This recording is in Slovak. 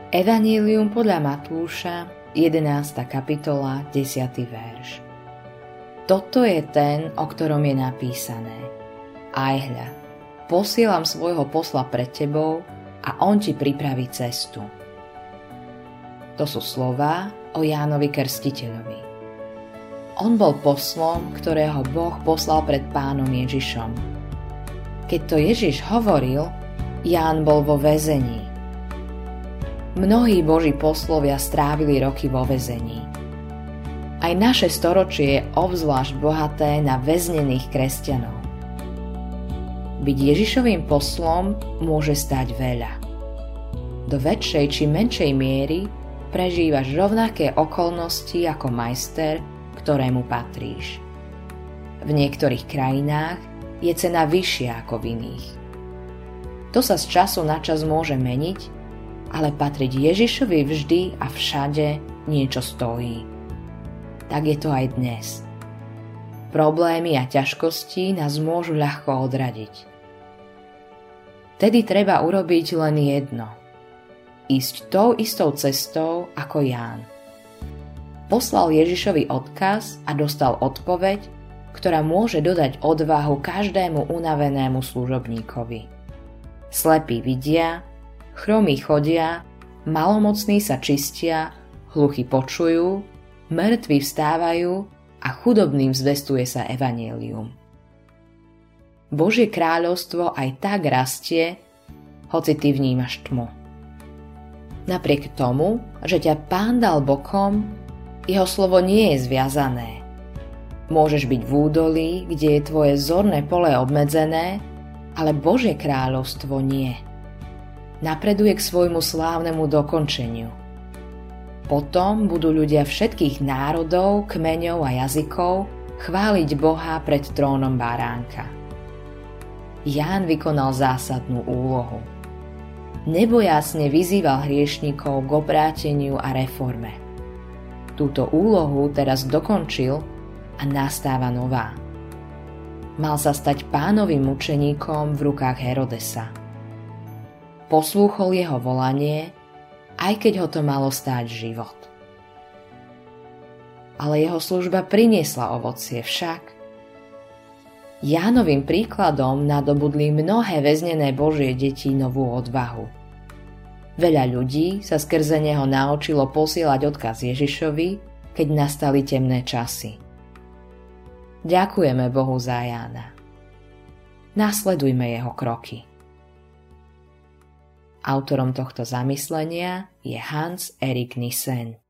Evanjelium podľa Matúša, 11. kapitola, 10. verš. Toto je ten, o ktorom je napísané: Aj hľa, posielam svojho posla pred tebou a on ti pripraví cestu. To sú slová o Jánovi Krstiteľovi. On bol poslom, ktorého Boh poslal pred Pánom Ježišom. Keď to Ježiš hovoril, Ján bol vo väzení. Mnohí Boží poslovia strávili roky vo väzení. Aj naše storočie je obzvlášť bohaté na väznených kresťanov. Byť Ježišovým poslom môže stať veľa. Do väčšej či menšej miery prežívaš rovnaké okolnosti ako majster, ktorému patríš. V niektorých krajinách je cena vyššia ako v iných. To sa z času na čas môže meniť, ale patriť Ježišovi vždy a všade niečo stojí. Tak je to aj dnes. Problémy a ťažkosti nás môžu ľahko odradiť. Tedy treba urobiť len jedno. Ísť tou istou cestou ako Ján. Poslal Ježišovi odkaz a dostal odpoveď, ktorá môže dodať odvahu každému unavenému služobníkovi. Slepí vidia, chromí chodia, malomocní sa čistia, hluchí počujú, mŕtvi vstávajú a chudobným zvestuje sa evanjelium. Božie kráľovstvo aj tak rastie, hoci ty vnímaš tmu. Napriek tomu, že ťa Pán dal bokom, jeho slovo nie je zviazané. Môžeš byť v údolí, kde je tvoje zorné pole obmedzené, ale Božie kráľovstvo nie. Napreduje k svojmu slávnemu dokončeniu. Potom budú ľudia všetkých národov, kmeňov a jazykov chváliť Boha pred trónom Baránka. Ján vykonal zásadnú úlohu. Nebojásne vyzýval hriešnikov k obráteniu a reforme. Túto úlohu teraz dokončil a nastáva nová. Mal sa stať Pánovým mučeníkom v rukách Herodesa. Poslúchol jeho volanie, aj keď ho to malo stáť život. Ale jeho služba priniesla ovocie však. Jánovým príkladom nadobudli mnohé väznené Božie deti novú odvahu. Veľa ľudí sa skrze neho naučilo posielať odkaz Ježišovi, keď nastali temné časy. Ďakujeme Bohu za Jána. Nasledujme jeho kroky. Autorom tohto zamyslenia je Hans Erik Nissen.